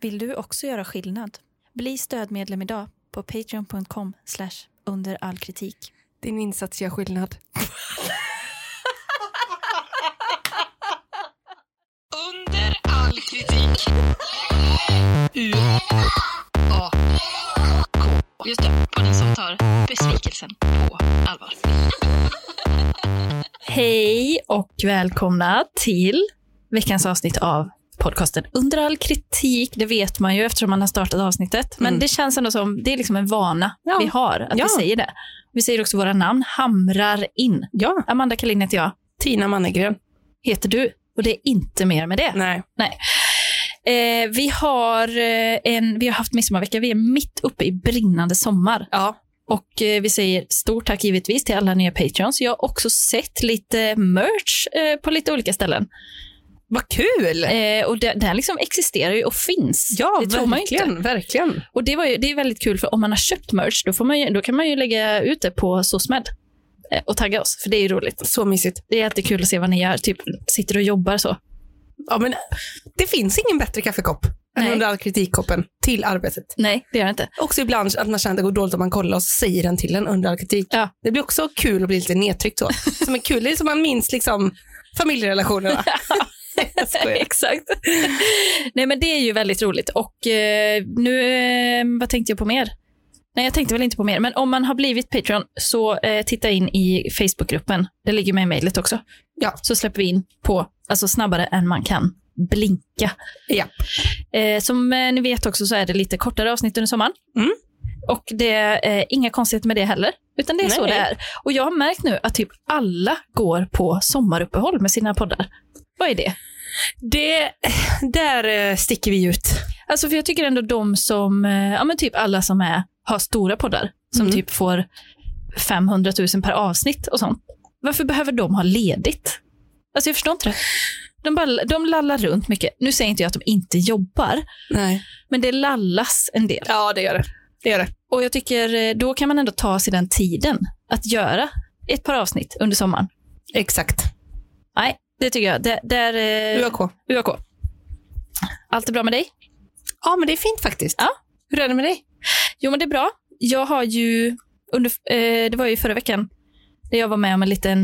Vill du också göra skillnad? Bli stödmedlem idag på patreon.com/underallkritik. Din insats gör skillnad. Under all kritik. U-A-K. Just det, på den som tar besvikelsen på allvar. Hej och välkomna till veckans avsnitt av podcasten Under all kritik. Det vet man ju eftersom man har startat avsnittet. Men det känns ändå som, det är liksom en vana vi har att vi säger det. Vi säger också våra namn, hamrar in. Ja. Amanda Kalin heter jag. Tina Mannegren Heter du. Och det är inte mer med det. Nej. Vi har haft midsommarvecka. Vi är mitt uppe i brinnande sommar. Ja. Och vi säger stort tack givetvis till alla nya Patreons. Jag har också sett lite merch på lite olika ställen. Vad kul! Och den liksom existerar ju och finns. Ja, det tror man ju inte. Verkligen. Och det är väldigt kul, för om man har köpt merch då kan man ju lägga ut det på SOSMED och tagga oss, för det är ju roligt. Så mysigt. Det är jättekul att se vad ni gör, typ sitter och jobbar så. Ja, men det finns ingen bättre kaffekopp än Under all kritikkoppen till arbetet. Nej, det gör det inte. Också ibland att man känner att det går dåligt om man kollar och säger den till en under all kritik. Ja. Det blir också kul att bli lite nedtryckt så. Som är kul, det är som man minns liksom familjerelationerna. Exakt. Nej, men det är ju väldigt roligt. Och vad tänkte jag på mer? Nej, jag tänkte väl inte på mer. Men om man har blivit Patreon så titta in i Facebookgruppen. Det ligger med i mejlet också. Ja. Så släpper vi in på, alltså snabbare än man kan blinka. Ja. Som ni vet också så är det lite kortare avsnitt under sommaren. Och det är inga konstigheter med det heller. Utan det är så det är. Och jag har märkt nu att typ alla går på sommaruppehåll med sina poddar. Vad är det? Där sticker vi ut. Alltså, för jag tycker ändå de som, ja men typ alla som har stora poddar, som typ får 500 000 per avsnitt och sånt. Varför behöver de ha ledigt? Alltså jag förstår inte det. De lallar runt mycket. Nu säger inte jag att de inte jobbar. Nej. Men det lallas en del. Ja, det gör det. Det gör det. Och jag tycker då kan man ändå ta sig den tiden att göra ett par avsnitt under sommaren. Exakt. Nej, det tycker jag. UAK. Allt är bra med dig? Ja, men det är fint faktiskt. Ja. Hur är det med dig? Jo, men det är bra. Jag har ju det var ju förra veckan där jag var med om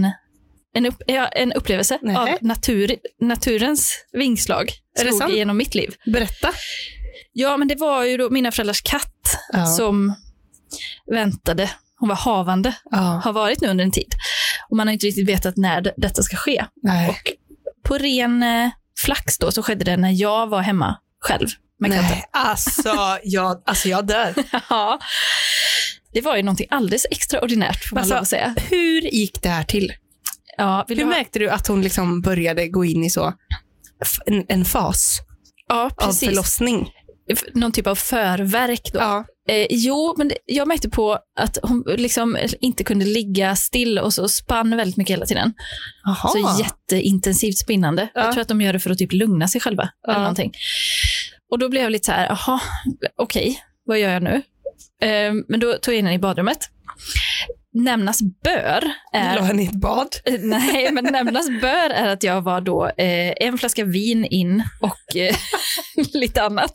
en upplevelse av naturens vingslag. Är det sant? Genom mitt liv. Berätta. Ja, men det var ju då mina föräldrars katt som väntade. Hon var havande. Har varit nu under en tid. Och man har inte riktigt vetat när detta ska ske. Nej. Och på ren flax då så skedde det när jag var hemma själv med katten. Alltså jag dör. Ja. Det var ju någonting alldeles extraordinärt, får man lov att säga. Hur gick det här till? Ja, hur märkte du att hon liksom började gå in i så en fas av förlossning? Någon typ av förverk då. Ja. Jo, men jag märkte på att hon liksom inte kunde ligga still och så spann väldigt mycket hela tiden. Aha. Så jätteintensivt spinnande. Ja. Jag tror att de gör det för att typ lugna sig själva. Eller någonting. Och då blev jag lite så här, okej, vad gör jag nu? Men då tog jag in henne i badrummet. Nämnas bör är... La henne i ett bad? Nej, men nämnas bör är att jag var då en flaska vin in och lite annat.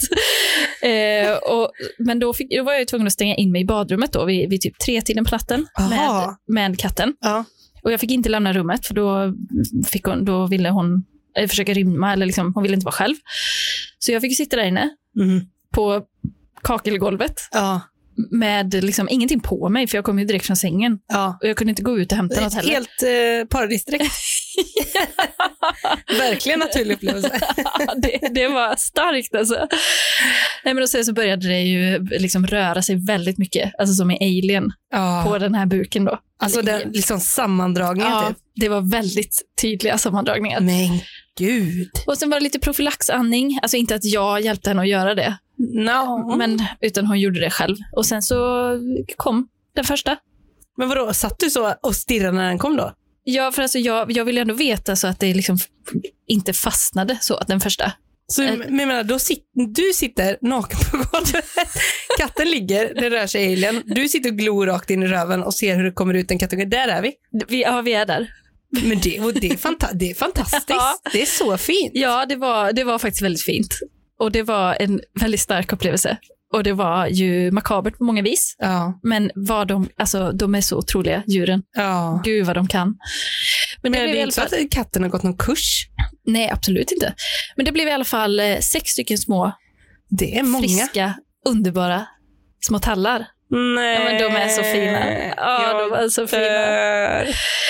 Men då var jag ju tvungen att stänga in mig i badrummet då vid typ 3-tiden på natten med katten. Ja. Och jag fick inte lämna rummet, för då ville hon försöka rymma, eller liksom, hon ville inte vara själv. Så jag fick sitta där inne på kakelgolvet. Ja. Med liksom ingenting på mig, för jag kom ju direkt från sängen. Ja. Och jag kunde inte gå ut och hämta något heller. Helt paradis direkt. Verkligen naturlig upplevelse. det var starkt alltså. Nej, men då så började det ju liksom röra sig väldigt mycket, alltså som i Alien på den här buken då. Alltså den liksom sammandragningen. Ja, det var väldigt tydliga sammandragningar. Men gud. Och sen var det lite profylaxandning, alltså inte att jag hjälpte henne att göra det. No. Utan hon gjorde det själv. Och sen så kom den första. Men vadå, satt du så och stirrade när den kom då? Ja, för alltså jag ville ändå veta så att det liksom inte fastnade så att den första. Så men menar, du sitter naken på golvet. Katten ligger, det rör sig Alien. Du sitter och glor rakt in i röven och ser hur det kommer ut en kattunge. Där är vi. Vi är där. Men det är fantastiskt. Ja. Det är så fint. Ja, det var faktiskt väldigt fint. Och det var en väldigt stark upplevelse. Och det var ju makabert på många vis. Ja. Men de är så otroliga, djuren. Ja. Gud vad de kan. Men det är inte så att katten har gått någon kurs? Nej, absolut inte. Men det blev i alla fall 6 stycken små, det är många. Friska, underbara små tallar. Nej. Ja, men de är så fina. Ja, de är så fina.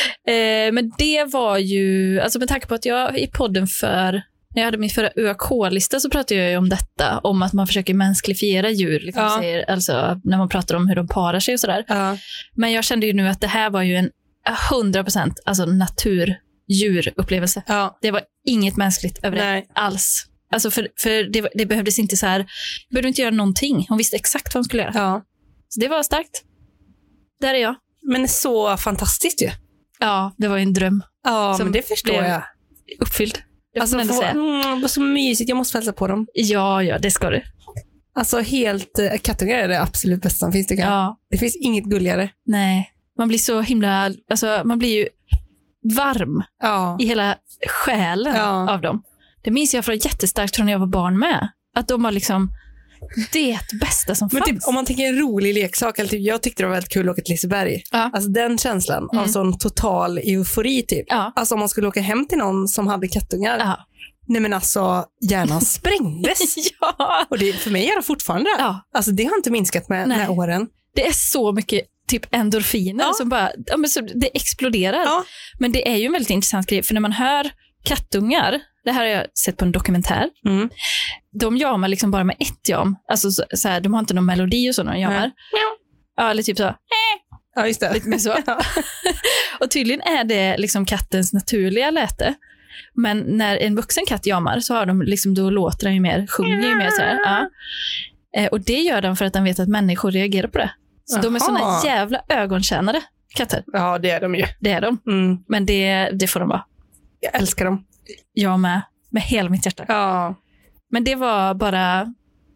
Men det var ju, alltså med tanke på att jag i podden när jag hade min förra ÖK-lista så pratade jag ju om detta, om att man försöker mänsklifiera djur, liksom säger, alltså när man pratar om hur de parar sig och sådär. Ja. Men jag kände ju nu att det här var ju en 100% alltså naturdjurupplevelse. Ja. Det var inget mänskligt över det alls. Alltså för det behövdes inte så här, det behövde inte göra någonting. Hon visste exakt vad hon skulle göra. Ja. Så det var starkt. Där är jag. Men så fantastiskt ju. Ja, det var ju en dröm. Ja, men det förstår jag. Uppfylld. Alltså, så mysigt, jag måste hälsa på dem. Ja, det ska du. Alltså kattungar är det absolut bästa som finns, tycker jag. Ja. Det finns inget gulligare. Nej, man blir så himla, alltså man blir ju varm i hela själen av dem. Det minns jag från jättestarkt från när jag var barn med. Att de var liksom det bästa som fanns. Typ, om man tänker en rolig leksak, eller typ, jag tyckte det var väldigt kul att åka till Liseberg. Ja. Alltså den känslan av sån total eufori typ. Ja. Alltså om man skulle åka hem till någon som hade kattungar. Ja. Nej men alltså, hjärnan sprängdes. Ja. Och det för mig är det fortfarande. Ja. Alltså det har inte minskat med åren. Det är så mycket typ endorfiner som bara, så det exploderar. Ja. Men det är ju en väldigt intressant grej, för när man hör kattungar, det här har jag sett på en dokumentär. Mm. De jamar liksom bara med ett jam. Alltså så här, de har inte någon melodi och så när de jamar. Ja, eller typ så. Ja, just det. Lite mer så. Och tydligen är det liksom kattens naturliga läte. Men när en vuxen katt jamar så har de liksom, då låter den ju mer, sjunger ju mer så här. Ja. Och det gör de för att de vet att människor reagerar på det. Så de är såna jävla ögontjänare, katter. Ja, det är de ju. Det är de. Mm. Men det får de vara. Jag älskar dem. Jag med hela mitt hjärta. Ja. Men det var bara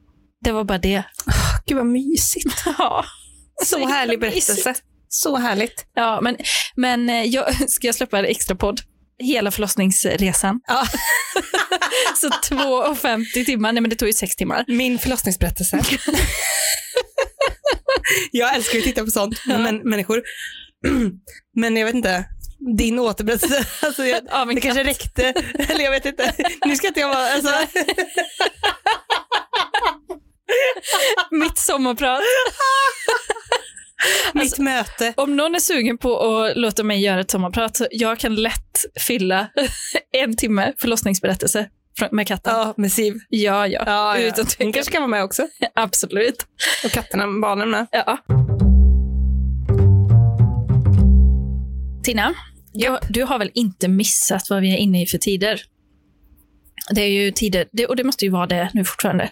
det. Gud vad mysigt. Ja. Så härlig berättelse. Så härligt. Ja, men jag ska släppa en extra podd. Hela förlossningsresan. Ja. Så 2,50 timmar. Nej, men det tog ju 6 timmar. Min förlossningsberättelse. Jag älskar att titta på sånt. Människor. Men jag vet inte. Din återberättelse. Alltså det kanske räckte. Eller jag vet inte. Nu ska inte jag vara... Alltså. Mitt sommarprat. Mitt möte. Om någon är sugen på att låta mig göra ett sommarprat, så jag kan lätt fylla 1 timme förlossningsberättelse med katten. Ja, med Siv. Ja. Utan hon kanske kan vara med också. Absolut. Och katterna, barnen med. Ja. Tina, du har väl inte missat vad vi är inne i för tider? Det är ju tider, och det måste ju vara det nu fortfarande.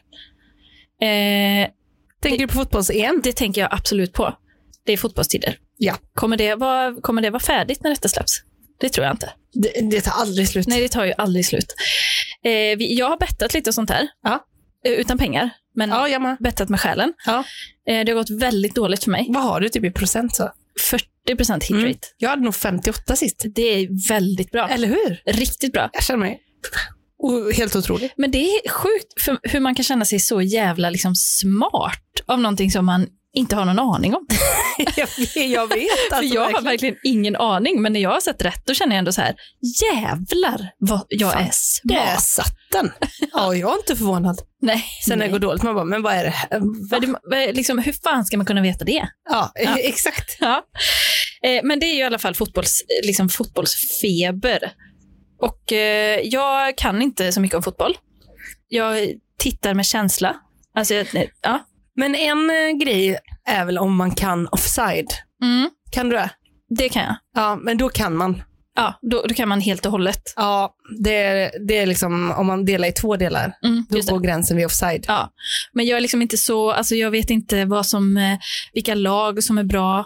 Tänker du på fotbolls-EM? Det tänker jag absolut på. Det är fotbollstider. Ja. Kommer det vara färdigt när detta släpps? Det tror jag inte. Det tar aldrig slut. Nej, det tar ju aldrig slut. Jag har bettat lite och sånt här. Ja. Utan pengar. Men bettat med själen. Ja. Det har gått väldigt dåligt för mig. Vad har du typ i procent så? 40% hitrate. Jag hade nog 58 sist. Det är väldigt bra. Eller hur? Riktigt bra. Jag känner mig helt otroligt. Men det är sjukt för hur man kan känna sig så jävla liksom smart av någonting som man inte har någon aning om. jag vet. Alltså, för jag har verkligen ingen aning, men när jag har sett rätt då känner jag ändå så här, jävlar vad jag är smart. Där satt den. Ja, jag är inte förvånad. Nej. Sen när det går dåligt, man bara, men vad är det här? Liksom, hur fan ska man kunna veta det? Ja. Exakt. Ja. Men det är ju i alla fall fotbollsfeber. Och jag kan inte så mycket om fotboll. Jag tittar med känsla. Alltså, ja. Men en grej är väl om man kan offside. Mm. Kan du det? Det kan jag. Ja, men då kan man. Ja, då kan man helt och hållet. Ja, det är liksom om man delar i 2 delar. Då går gränsen vid offside. Ja, men jag är liksom inte så, alltså jag vet inte vilka lag som är bra.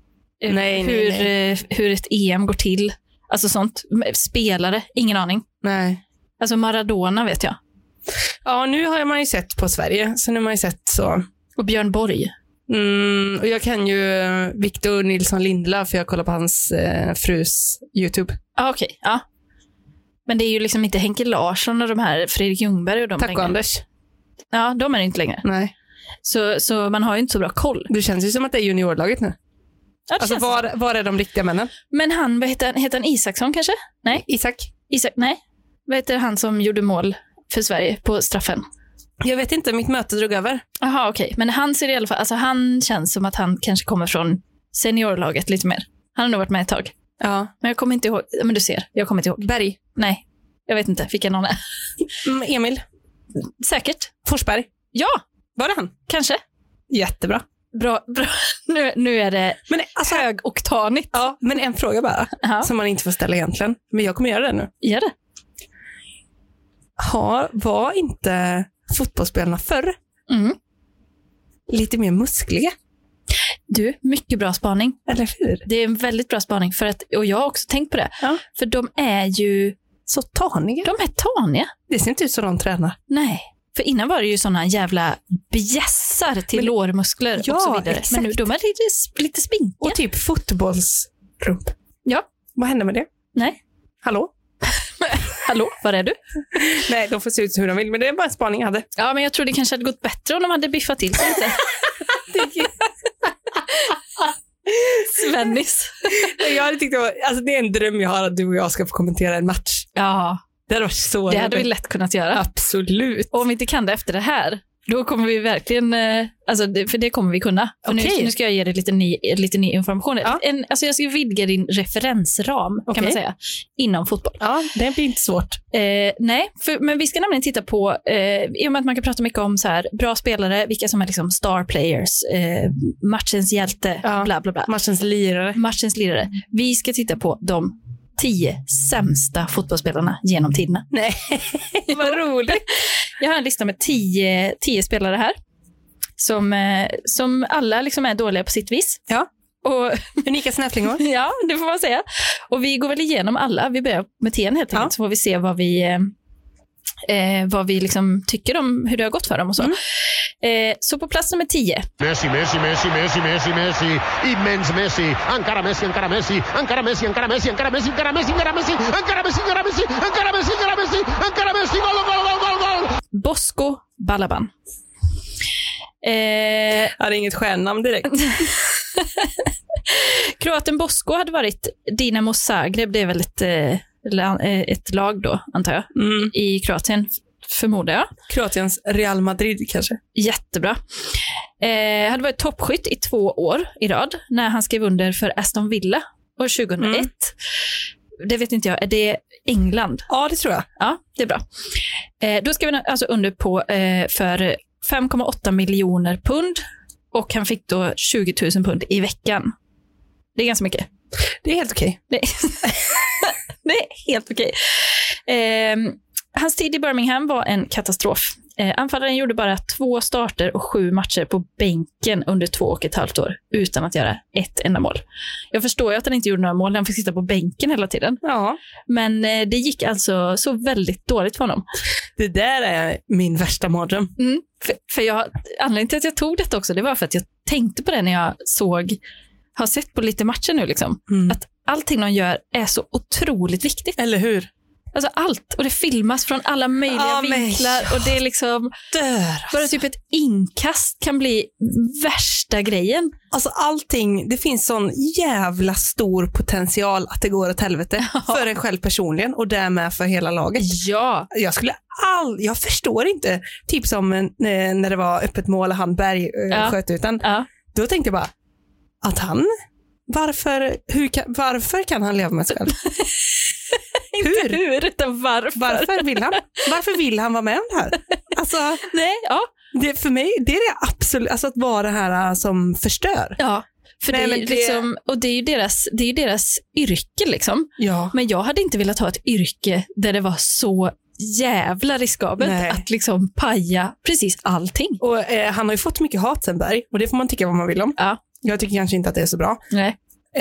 Hur ett EM går till. Alltså sånt. Spelare, ingen aning. Nej. Alltså Maradona vet jag. Ja, nu har man ju sett på Sverige. Så nu har man ju sett så. Och Björn Borg. Och jag kan ju Victor Nilsson Lindla, för jag kollar på hans frus YouTube. Okej. Ja. Men det är ju liksom inte Henke Larsson och de här Fredrik Ljungberg och de. Tack Anders. Ja, de är det inte längre. Nej. Så man har ju inte så bra koll. Det känns ju som att det är juniorlaget nu. Ja, alltså var är de riktiga männen? Men han, vad heter han Isaksson kanske? Nej. Isak, nej. Vad heter han som gjorde mål för Sverige på straffen? Jag vet inte, mitt möte drog över. Jaha, okej. Men han ser i alla fall, alltså han känns som att han kanske kommer från seniorlaget lite mer. Han har nog varit med ett tag. Ja. Men jag kommer inte ihåg, men du ser, jag kommer inte ihåg. Berg? Nej, jag vet inte, vilka någon är. Emil? Säkert. Forsberg? Ja. Var det han? Kanske. Jättebra. Bra. Nu är det alltså, högoktanigt. Ja, men en fråga bara, som man inte får ställa egentligen. Men jag kommer göra det nu. Gör det. Var inte fotbollsspelarna förr lite mer muskliga? Du, mycket bra spaning. Eller hur? Det är en väldigt bra spaning, och jag har också tänkt på det. Ja. För de är ju så taniga. De är taniga. Det ser inte ut som de tränar. Nej. För innan var det ju såna jävla bjässar till lårmuskler och så vidare. Exakt. Men nu de är lite spinkiga. Och typ fotbollsrump. Ja. Vad hände med det? Nej. Hallå? Hallå, var är du? Nej, de får se ut hur de vill, men det är bara en spaning jag hade. Ja, men jag tror det kanske hade gått bättre om de hade biffat till sig lite. Svennis. Jag hade tyckt det är en dröm jag har att du och jag ska få kommentera en match. Ja. Det hade vi lätt kunnat göra. Absolut. Och om vi inte kan det efter det här, då kommer vi verkligen, för det kommer vi kunna. För nu ska jag ge dig lite ny information. Ja. Jag ska vidga din referensram, kan man säga, inom fotboll. Ja, det blir inte svårt. Nej, men vi ska nämligen titta på, i och med att man kan prata mycket om så här, bra spelare, vilka som är liksom star players, matchens hjälte, bla bla bla. Matchens lirare. Vi ska titta på de 10 sämsta fotbollsspelarna genom tiderna. Nej, vad roligt. Jag har en lista med 10 spelare här som alla liksom är dåliga på sitt vis. Ja. Och unika snäfflingor. Ja, det får man säga. Och vi går väl igenom alla. Vi börjar med 10 helt enkelt, så får vi se vad vi liksom tycker om hur det har gått för dem och så. Så på plats nummer 10. Messi. Immens Messi. Ancora Messi. Gol. Bosko Balaban. Det är inget stjärnnamn direkt. Kroaten Bosko hade varit Dinamo Zagreb. Det är väl ett lag då, antar jag, i Kroatien, förmodar jag. Kroatiens Real Madrid kanske. Jättebra. Hade varit toppskytt i 2 år i rad när han skrev under för Aston Villa år 2001. Det vet inte jag. Är det England? Ja, det tror jag. Ja, det är bra. Då skrev han alltså under på för 5,8 miljoner pund och han fick då 20 000 pund i veckan. Det är ganska mycket. Det är helt okej. Det är helt okej. Hans tid i Birmingham var en katastrof. Anfallaren gjorde bara 2 starter och 7 matcher på bänken under 2,5 år utan att göra ett enda mål. Jag förstår ju att han inte gjorde några mål när han fick sitta på bänken hela tiden. Ja. Men det gick alltså så väldigt dåligt för honom. Det där är min värsta mardröm. För anledningen till att jag tog detta också, det var för att jag tänkte på det när jag har sett på lite matcher nu liksom. Att allting de gör är så otroligt viktigt. Eller hur? Alltså allt. Och det filmas från alla möjliga vinklar. Och det är liksom bara typ ett inkast kan bli värsta grejen. Alltså allting, det finns sån jävla stor potential att det går åt helvete. För en själv personligen och därmed för hela laget. Ja. Jag förstår inte. Typ som när det var öppet mål och han Berg sköt utan. Ja. Då tänkte jag bara att han, varför kan han leva med sig själv? Hur, utan varför? Varför vill han vara med om det här? Alltså, nej, ja. Det, för mig, det är det absolut, alltså att vara det här som förstör. Ja, för nej, det är liksom, och det är ju deras yrke liksom. Ja. Men jag hade inte velat ha ett yrke där det var så jävla riskabelt att liksom paja precis allting. Och han har ju fått mycket hat sen Berg, och det får man tycka vad man vill om. Ja. Jag tycker kanske inte att det är så bra. Nej.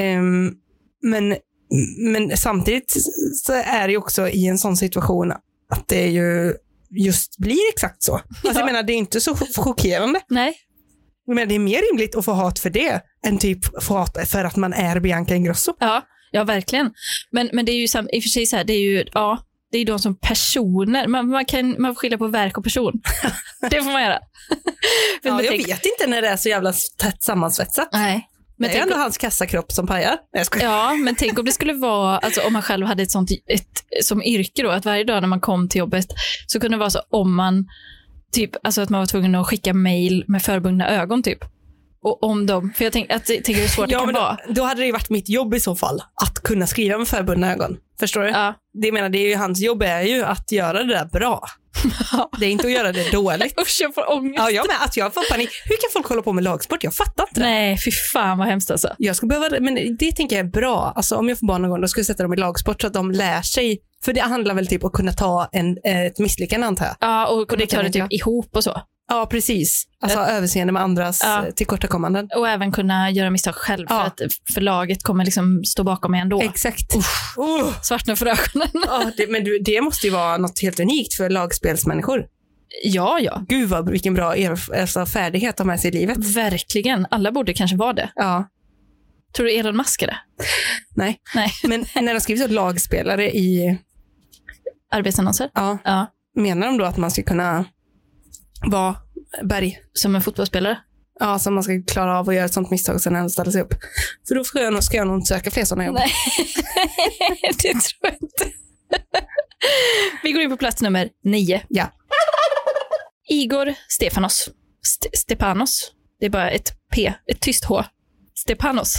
Men samtidigt så är det ju också i en sån situation att det ju just blir exakt så. Alltså jag menar, det är inte så chockerande. Nej. Men det är mer rimligt att få hat för det än typ få hat för att man är Bianca Ingrosso. Ja verkligen. Men det är ju i och för sig så här, det är ju, Det är de som personer. Man får skilja på verk och person. Det får man göra. Ja, jag vet inte när det är så jävla tätt sammansvetsat. Nej. Men det är ändå hans kassakropp som pajar. Ja, men tänk om det skulle vara, alltså om man själv hade ett sånt som yrke då, att varje dag när man kom till jobbet så kunde det vara så om man typ, alltså att man var tvungen att skicka mejl med förbundna ögon typ. Och om dem, för jag tänker hur svårt det kan vara. Då hade det ju varit mitt jobb i så fall, att kunna skriva med förbundna ögon. Förstår du? Ja. Det är ju hans jobb är ju att göra det där bra. Det är inte att göra det dåligt. Usch, jag får ångest. Ja, jag med. Att jag får panik. Hur kan folk hålla på med lagsport? Jag fattar inte det. Nej, fy fan vad hemskt alltså. Jag ska behöva, men det tänker jag är bra. Alltså om jag får barn någon gång, då ska jag sätta dem i lagsport så att de lär sig. För det handlar väl typ om att kunna ta ett misslyckande, antar jag. Ja, och kunna ta det typ ihop och så. Ja, precis. Alltså överseende med andras tillkortakommanden. Och även kunna göra misstag själv för laget kommer liksom stå bakom mig ändå. Exakt. Svartna för ögonen. Ja, men det måste ju vara något helt unikt för lagspelsmänniskor. Ja. Gud vilken bra färdighet att ha med sig i livet. Verkligen. Alla borde kanske vara det. Ja. Tror du Elon Musk är det? Nej. Men när de skriver så lagspelare i arbetsannonser? Ja. Menar de då att man ska kunna vara Berg? Som en fotbollsspelare? Ja, så man ska klara av att göra ett sånt misstag och sen ställa sig upp. För då ska jag nog söka fler sådana jobb. Nej, det tror jag inte. Vi går in på plats nummer 9. Ja. Igor Stepanos. Stepanos. Det är bara ett P, ett tyst H. Stepanos.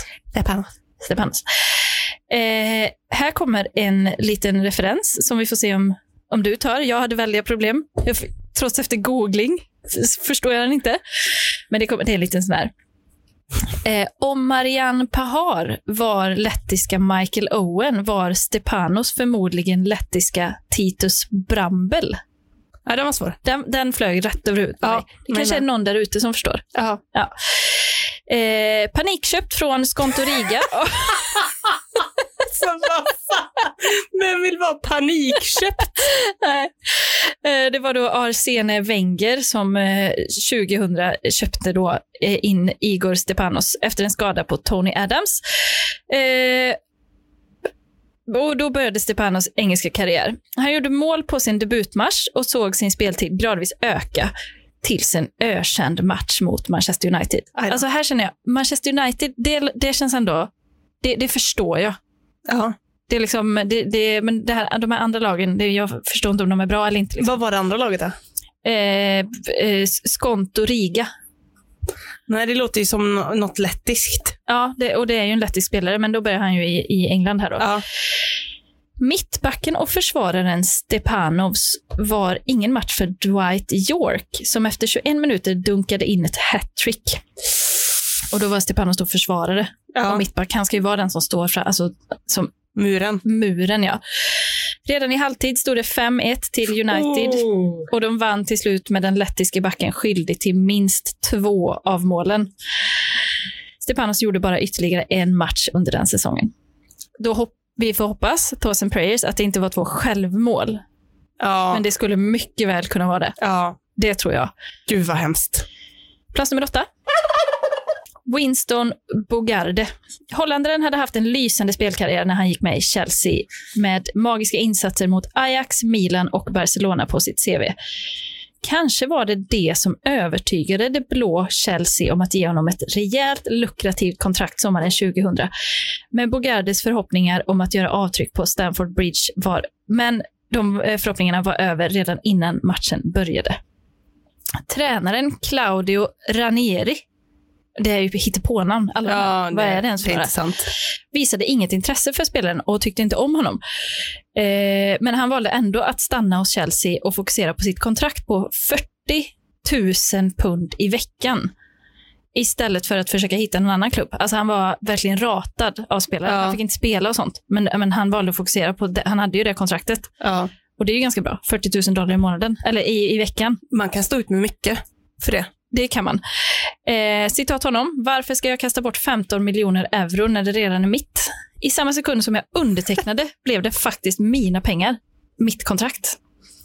Här kommer en liten referens som vi får se om du tar. Jag hade väldiga problem. Trots efter googling förstår jag den inte. Men det är en liten sån här. Om Marianne Pahar var lettiska Michael Owen var Stepanos förmodligen lettiska Titus Brambel. Ja, den var svår. Den flög rätt över huvudet på mig. Det kanske är någon där ute som förstår. Ja. Panikköpt från Skontoriga. Men vill vara panikköpt? Nej. Det var då Arsene Wenger som 2000 köpte då in Igor Stepanos efter en skada på Tony Adams. Och då började Stepanos engelska karriär. Han gjorde mål på sin debutmatch och såg sin speltid gradvis öka tills en ökänd match mot Manchester United. Alltså här känner jag, Manchester United, det känns ändå, det förstår jag. Ja. Det är liksom, men de här andra lagen, jag förstår inte om de är bra eller inte. Liksom. Vad var det andra laget då? Skontoriga. Nej, det låter ju som något lettiskt. Ja, och det är ju en lettisk spelare, men då börjar han ju i England här då. Ja. Mittbacken och försvararen Stepanovs var ingen match för Dwight York som efter 21 minuter dunkade in ett hattrick. Och då var Stepanovs då försvarare. Ja. Och mittback, han ska ju vara den som står fram, alltså som muren, ja. Redan i halvtid stod det 5-1 till United och de vann till slut med den lettiske backen skyldig till minst 2 av målen. Stepanos gjorde bara ytterligare en match under den säsongen. Då vi får hoppas, thoughts and prayers, att det inte var 2 självmål. Ja. Men det skulle mycket väl kunna vara det. Ja. Det tror jag. Gud vad hemskt. Plats nummer 8. Winston Bogarde. Holländaren hade haft en lysande spelkarriär när han gick med i Chelsea med magiska insatser mot Ajax, Milan och Barcelona på sitt CV. Kanske var det som övertygade det blå Chelsea om att ge honom ett rejält lukrativt kontrakt sommaren 2000. Men Bogardes förhoppningar om att göra avtryck på Stamford Bridge men de förhoppningarna var över redan innan matchen började. Tränaren Claudio Ranieri, det är ju hittepånamn. Vad är det ens för? Visade inget intresse för spelaren och tyckte inte om honom. Men han valde ändå att stanna hos Chelsea och fokusera på sitt kontrakt på 40 000 pund i veckan. Istället för att försöka hitta någon annan klubb. Alltså han var verkligen ratad av spelare. Han fick inte spela och sånt. Men han valde att fokusera på det. Han hade ju det kontraktet. Ja. Och det är ju ganska bra. $40,000 i månaden. Eller i veckan. Man kan stå ut med mycket för det. Det kan man. Citat honom. Varför ska jag kasta bort 15 miljoner euro när det redan är mitt? I samma sekund som jag undertecknade blev det faktiskt mina pengar. Mitt kontrakt.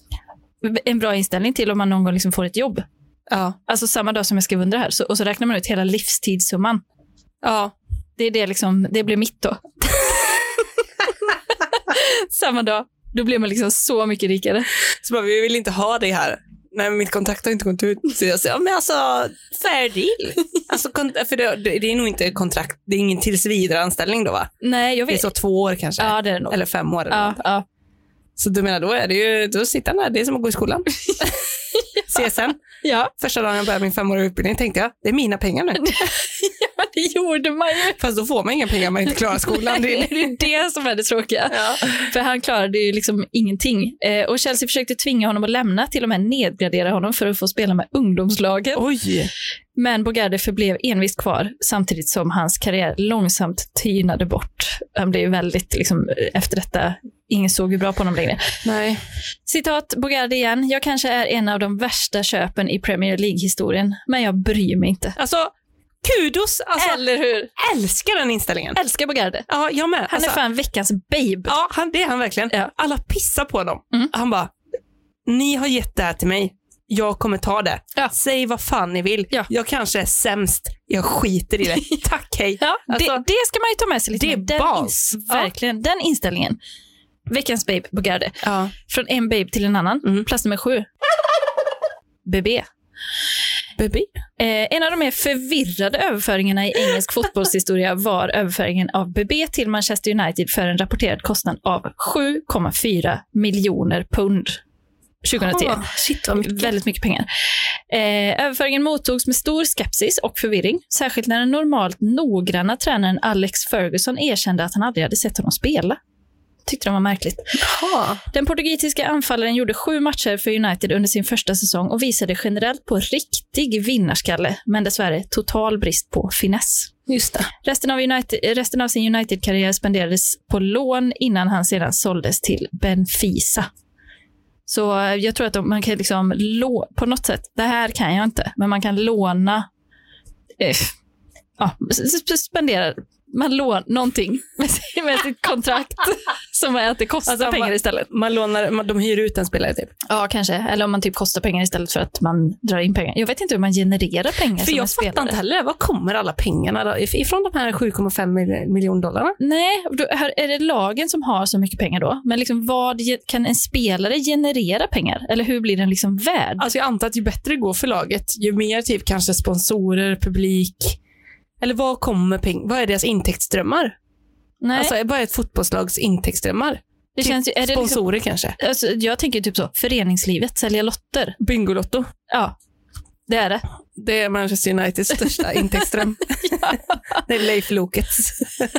En bra inställning till om man någon gång liksom får ett jobb. Ja. Alltså samma dag som jag skrev under här. Och så räknar man ut hela livstidssumman. Ja. Det är det liksom, det blir mitt då. Samma dag. Då blir man liksom så mycket rikare. Så bara, vi vill inte ha det här. Nej, mitt kontrakt har inte gått ut. Så jag säger, men alltså, fair deal. Alltså, för det är nog inte kontrakt, det är ingen tillsvidare anställning då, va? Nej, jag vet. Det är så 2 år kanske. Ja, det är det nog. Eller 5 år. Ja. Så du menar, då är det ju, då sitter han där, det är som att gå i skolan. CSN. Ja. Första dagen jag började min 5-åriga utbildning tänkte jag, det är mina pengar nu. Ja, det gjorde man ju. Fast då får man inga pengar om man inte klarar skolan. Det är det som är det tråkiga. Ja. För han klarade ju liksom ingenting. Och Chelsea försökte tvinga honom att lämna, till och med nedgradera honom för att få spela med ungdomslaget. Oj! Men Bogarde förblev envist kvar samtidigt som hans karriär långsamt tynade bort. Han blev väldigt, liksom, efter detta, ingen såg ju bra på honom längre. Nej. Citat Bogarde igen. Jag kanske är en av de värsta köpen i Premier League-historien, men jag bryr mig inte. Alltså, kudos. Alltså, eller hur? Älskar den inställningen. Älskar Bogarde. Ja, jag med. Han är fan veckans babe. Ja, det är han verkligen. Ja. Alla pissar på dem. Han bara, ni har gett det här till mig. Jag kommer ta det. Ja. Säg vad fan ni vill. Ja. Jag kanske är sämst. Jag skiter i det. Tack, hej. Ja, alltså, det ska man ju ta med sig lite. Det är bas. Verkligen, den inställningen. Veckans babe Bogarde. Ja. Från en babe till en annan. Plats nummer 7. BB. En av de mer förvirrade överföringarna i engelsk fotbollshistoria var överföringen av BB till Manchester United för en rapporterad kostnad av 7,4 miljoner pund 2010. Shit, vad mycket. Väldigt mycket pengar. Överföringen mottogs med stor skepsis och förvirring, särskilt när den normalt noggranna tränaren Alex Ferguson erkände att han aldrig hade sett honom spela. Tyckte de var märkligt. Jaha. Den portugisiska anfallaren gjorde 7 matcher för United under sin första säsong och visade generellt på riktig vinnarskalle, men dessvärre total brist på finess. Just det. Resten av sin United-karriär spenderades på lån innan han sedan såldes till Benfica. Så jag tror att man kan liksom på något sätt, det här kan jag inte, men man kan låna spendera man lånar någonting med sitt kontrakt som är att det kostar pengar istället. De hyr ut en spelare typ. Ja, kanske. Eller om man typ kostar pengar istället för att man drar in pengar. Jag vet inte hur man genererar pengar för som jag fattar inte heller. Var kommer alla pengarna då? Ifrån de här 7,5 miljoner dollarna? Nej, är det lagen som har så mycket pengar då? Men liksom, vad kan en spelare generera pengar? Eller hur blir den liksom värd? Alltså jag antar att ju bättre det går för laget, ju mer typ kanske sponsorer, publik. Eller vad är deras intäktsströmmar? Nej. Alltså vad är ett fotbollslags intäktsströmmar? Det typ känns ju, är det sponsorer liksom, kanske? Alltså, jag tänker typ så, föreningslivet, sälja lotter. Bingolotto. Ja, det är det. Det är Manchester Uniteds största intäktsström. Det är Leif Lokets.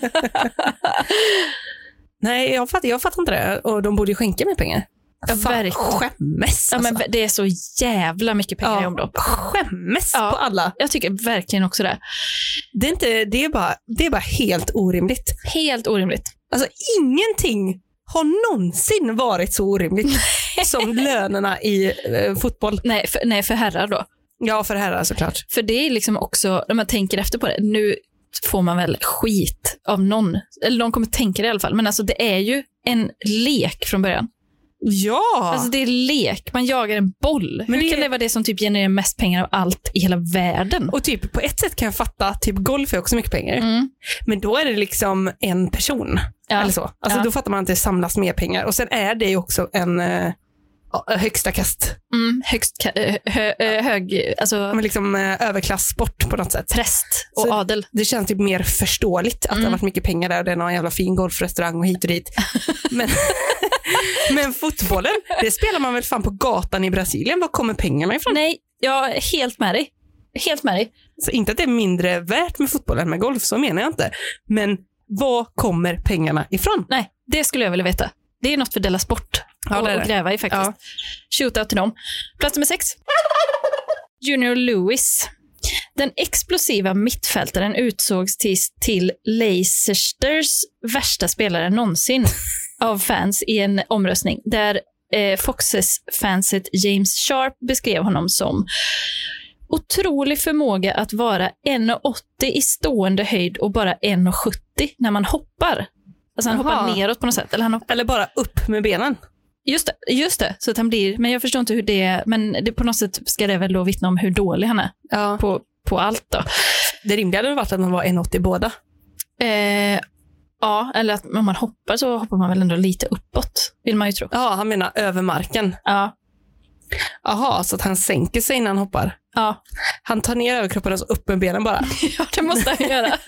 Nej, jag fattar inte det. Och de borde ju skänka mig pengar. Fan, skämmes. Ja, men det är så jävla mycket pengar i omlopp. Skämmes på alla. Jag tycker verkligen också det. Det är bara helt orimligt. Helt orimligt. Alltså ingenting har någonsin varit så orimligt som lönerna i fotboll. Nej, för herrar då. Ja, för herrar såklart. För det är liksom också, när man tänker efter på det, nu får man väl skit av någon, eller någon kommer tänka det i alla fall, men alltså det är ju en lek från början. Ja! Alltså det är lek, man jagar en boll. Men hur kan det vara det som typ genererar mest pengar av allt i hela världen? Och typ på ett sätt kan jag fatta, typ golf är också mycket pengar. Men då är det liksom en person. Ja. Eller så. Alltså då fattar man att det samlas mer pengar. Och sen är det ju också en högsta kast. Hög, alltså men liksom överklasssport på något sätt. Präst och så adel. Det känns typ mer förståeligt att det har varit mycket pengar där och det är någon jävla fin golfrestaurang och hit och dit. Men fotbollen, det spelar man väl fan på gatan i Brasilien. Var kommer pengarna ifrån? Nej, jag är helt med dig. Så inte att det är mindre värt med fotboll än med golf, så menar jag inte. Men var kommer pengarna ifrån? Nej, det skulle jag vilja veta. Det är något för Della Sport och gräva i faktiskt. Ja. Shootout till dem. Plats nummer 6. Junior Lewis. Den explosiva mittfältaren utsågs till Leicesters värsta spelare någonsin av fans i en omröstning där Foxes-fanset James Sharp beskrev honom som otrolig förmåga att vara 1,80 i stående höjd och bara 1,70 när man hoppar. Alltså han hoppar neråt på något sätt. Eller bara upp med benen. Just det. Så att han blir, men jag förstår inte hur det är, men det på något sätt ska det väl då vittna om hur dålig han är på allt då. Det rimliga hade varit att han var 1,80 båda. Ja, eller att om man hoppar så hoppar man väl ändå lite uppåt, vill man ju tro. Ja, han menar över marken. Ja. Jaha, så att han sänker sig innan han hoppar. Ja. Han tar ner överkroppen och så upp med benen bara. Ja, det måste han göra.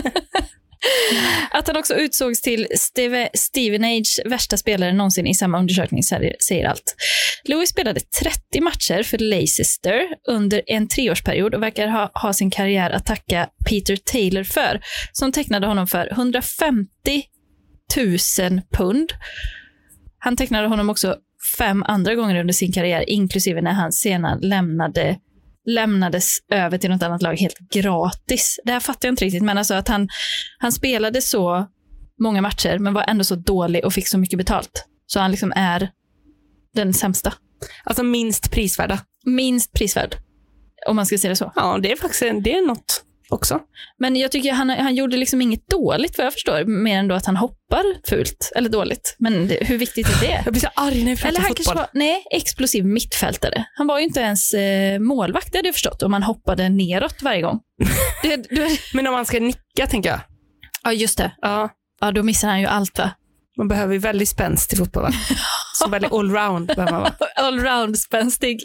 Att han också utsågs till Steven Age värsta spelare någonsin i samma undersökning säger allt. Lewis spelade 30 matcher för Leicester under en 3-årsperiod och verkar ha sin karriär att tacka Peter Taylor för, som tecknade honom för 150 000 pund. Han tecknade honom också 5 andra gånger under sin karriär, inklusive när han senare lämnades över till något annat lag helt gratis. Det här fattar jag inte riktigt, men alltså att han spelade så många matcher men var ändå så dålig och fick så mycket betalt. Så han liksom är den sämsta. Alltså minst prisvärda. Minst prisvärd, om man ska säga det så. Ja, det är faktiskt det är något också. Men jag tycker han gjorde liksom inget dåligt, vad jag förstår, mer än då att han hoppar fult eller dåligt. Men hur viktigt är det? Jag blir så arg när jag pratar eller fotboll. Explosiv mittfältare. Han var ju inte ens målvakt, det hade jag förstått, om han hoppade neråt varje gång. Men om man ska nicka, tänker jag. Ja, just det. Ja, då missar han ju allt, va? Man behöver ju väldigt spänst i fotboll, va? Så väldigt allround behöver man vara. Allround spänstig.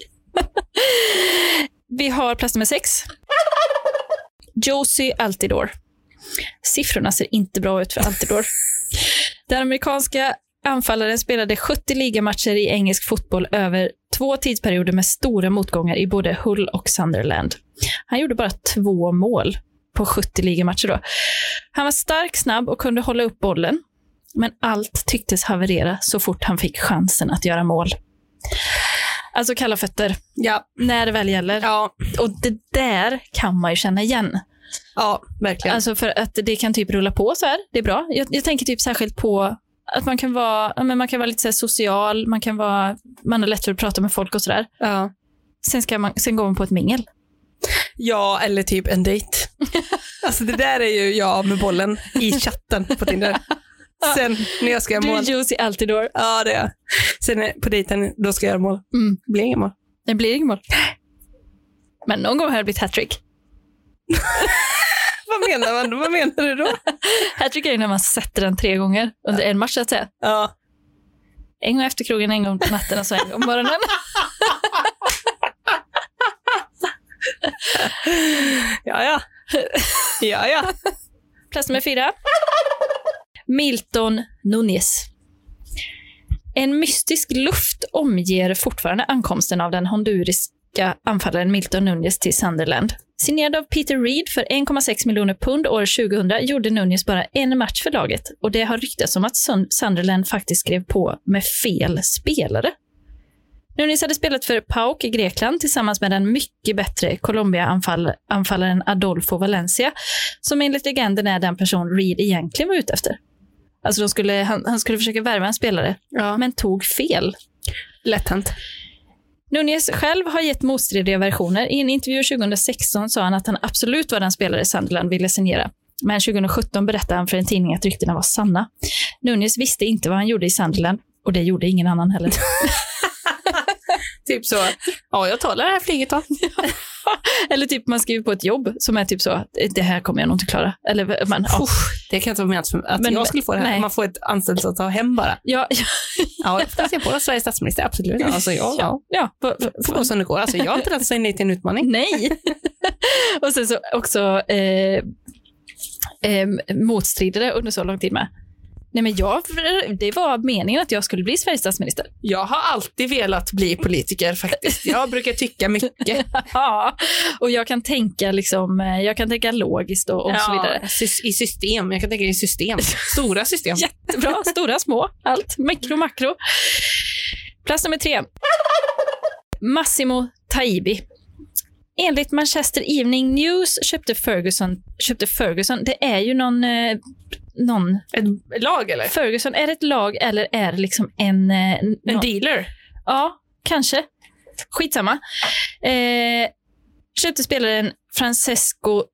Vi har plats nummer 6. Josie Altidore. Siffrorna ser inte bra ut för Altidore. Den amerikanska anfallaren spelade 70 ligamatcher i engelsk fotboll över 2 tidsperioder med stora motgångar i både Hull och Sunderland. Han gjorde bara 2 mål på 70 ligamatcher då. Han var stark, snabb och kunde hålla upp bollen. Men allt tycktes haverera så fort han fick chansen att göra mål. Alltså kalla fötter. Ja. När det väl gäller. Ja. Och det där kan man ju känna igen. Ja, verkligen. Alltså för att det kan typ rulla på så här. Det är bra. Jag tänker typ särskilt på att man kan vara lite så här social. Man har lätt för att prata med folk och sådär. Ja. Sen går man på ett mingel. Ja, eller typ en dejt. Alltså det där är ju jag med bollen i chatten på Tinder. Sen när jag ska göra mål. Du är Josie Altidore. Ja, det är jag. Sen på dejten, då ska jag göra mål. Det blir inget mål. Det blir inget mål. Men någon gång har det blivit hattrick. Vad menar du då? Hattrick är ju när man sätter den 3 gånger under en match, så att säga. Ja. En gång efter krogen, en gång på natten och så en gång på morgonen. Ja. Plats nummer 4. Milton Núñez. En mystisk luft omger fortfarande ankomsten av den honduriska anfallaren Milton Núñez till Sunderland. Signerad av Peter Reed för 1,6 miljoner pund år 2000 gjorde Núñez bara en match för laget, och det har ryktats om att Sunderland faktiskt skrev på med fel spelare. Núñez hade spelat för PAOK i Grekland tillsammans med den mycket bättre Colombia-anfallaren Adolfo Valencia, som enligt legenden är den person Reed egentligen var ute efter. Alltså han skulle försöka värva en spelare, men tog fel. Lätt hänt. Núñez själv har gett motstridiga versioner. I en intervju 2016 sa han att han absolut var den spelare Sunderland ville signera. Men 2017 berättade han för en tidning att ryktena var sanna. Núñez visste inte vad han gjorde i Sunderland, och det gjorde ingen annan heller. Typ så, jag tar det här flyget då. Eller typ man skriver på ett jobb som är typ så, det här kommer jag nog inte klara. Eller det kan inte vara menat att jag skulle få det här. Nej. Man får ett anställt att ta hem bara. Ja, jag får se på Sveriges statsminister, absolut. Alltså, får gå som det går. Alltså, jag har inte rätt att säga nej till en utmaning. Nej. Och sen så också motstridare under så lång tid med. Nej, men det var meningen att jag skulle bli Sveriges statsminister. Jag har alltid velat bli politiker faktiskt. Jag brukar tycka mycket. Ja, och jag kan tänka logiskt och så vidare. I system. Jag kan tänka i system. Stora system. Jättebra, stora, små, allt. Mikro, makro. Plats nummer 3. Massimo Taibi. Enligt Manchester Evening News köpte Ferguson. Det är ju någon ett lag, eller? Ferguson, är det ett lag eller är det liksom en dealer? Ja, kanske. Skitsamma. Köpte spelaren Francesco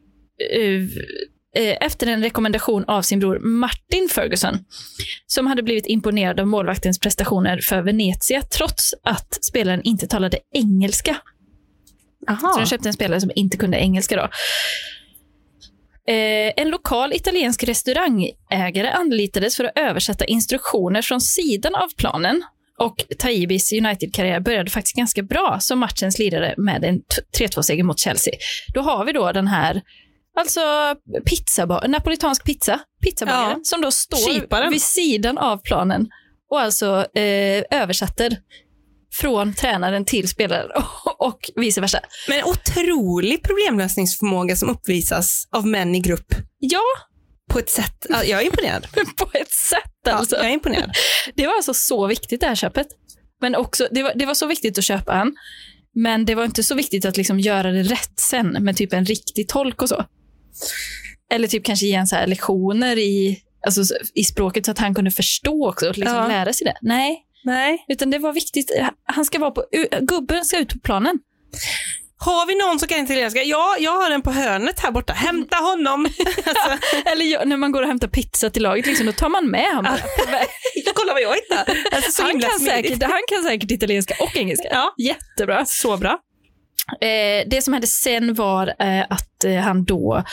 efter en rekommendation av sin bror Martin Ferguson, som hade blivit imponerad av målvaktens prestationer för Venezia trots att spelaren inte talade engelska. Aha. Så de köpte en spelare som inte kunde engelska då. En lokal italiensk restaurangägare anlitades för att översätta instruktioner från sidan av planen. Och Taibis United-karriär började faktiskt ganska bra som matchens lirare med en 3-2-seger mot Chelsea. Då har vi då den här, alltså napolitansk pizzabagare som då står vid sidan av planen och alltså översätter från tränaren till spelaren och vice versa. Men otrolig problemlösningsförmåga som uppvisas av män i grupp. Ja. På ett sätt. Jag är imponerad. På ett sätt alltså. Ja, jag är imponerad. Det var alltså så viktigt det här köpet. Men också, det var så viktigt att köpa han. Men det var inte så viktigt att liksom göra det rätt sen med typ en riktig tolk och så. Eller typ kanske ge en så här lektioner i språket så att han kunde förstå också och liksom lära sig det. Nej. Utan det var viktigt. Han ska vara gubben ska ut på planen. Har vi någon som kan italienska? Ja, jag har den på hörnet här borta. Hämta honom. Alltså. Eller när man går och hämtar pizza till laget, liksom, då tar man med honom. Kolla vad jag hittar. Alltså, han kan säkert italienska och engelska. Ja. Jättebra. Så bra. Det som hände sen var att han då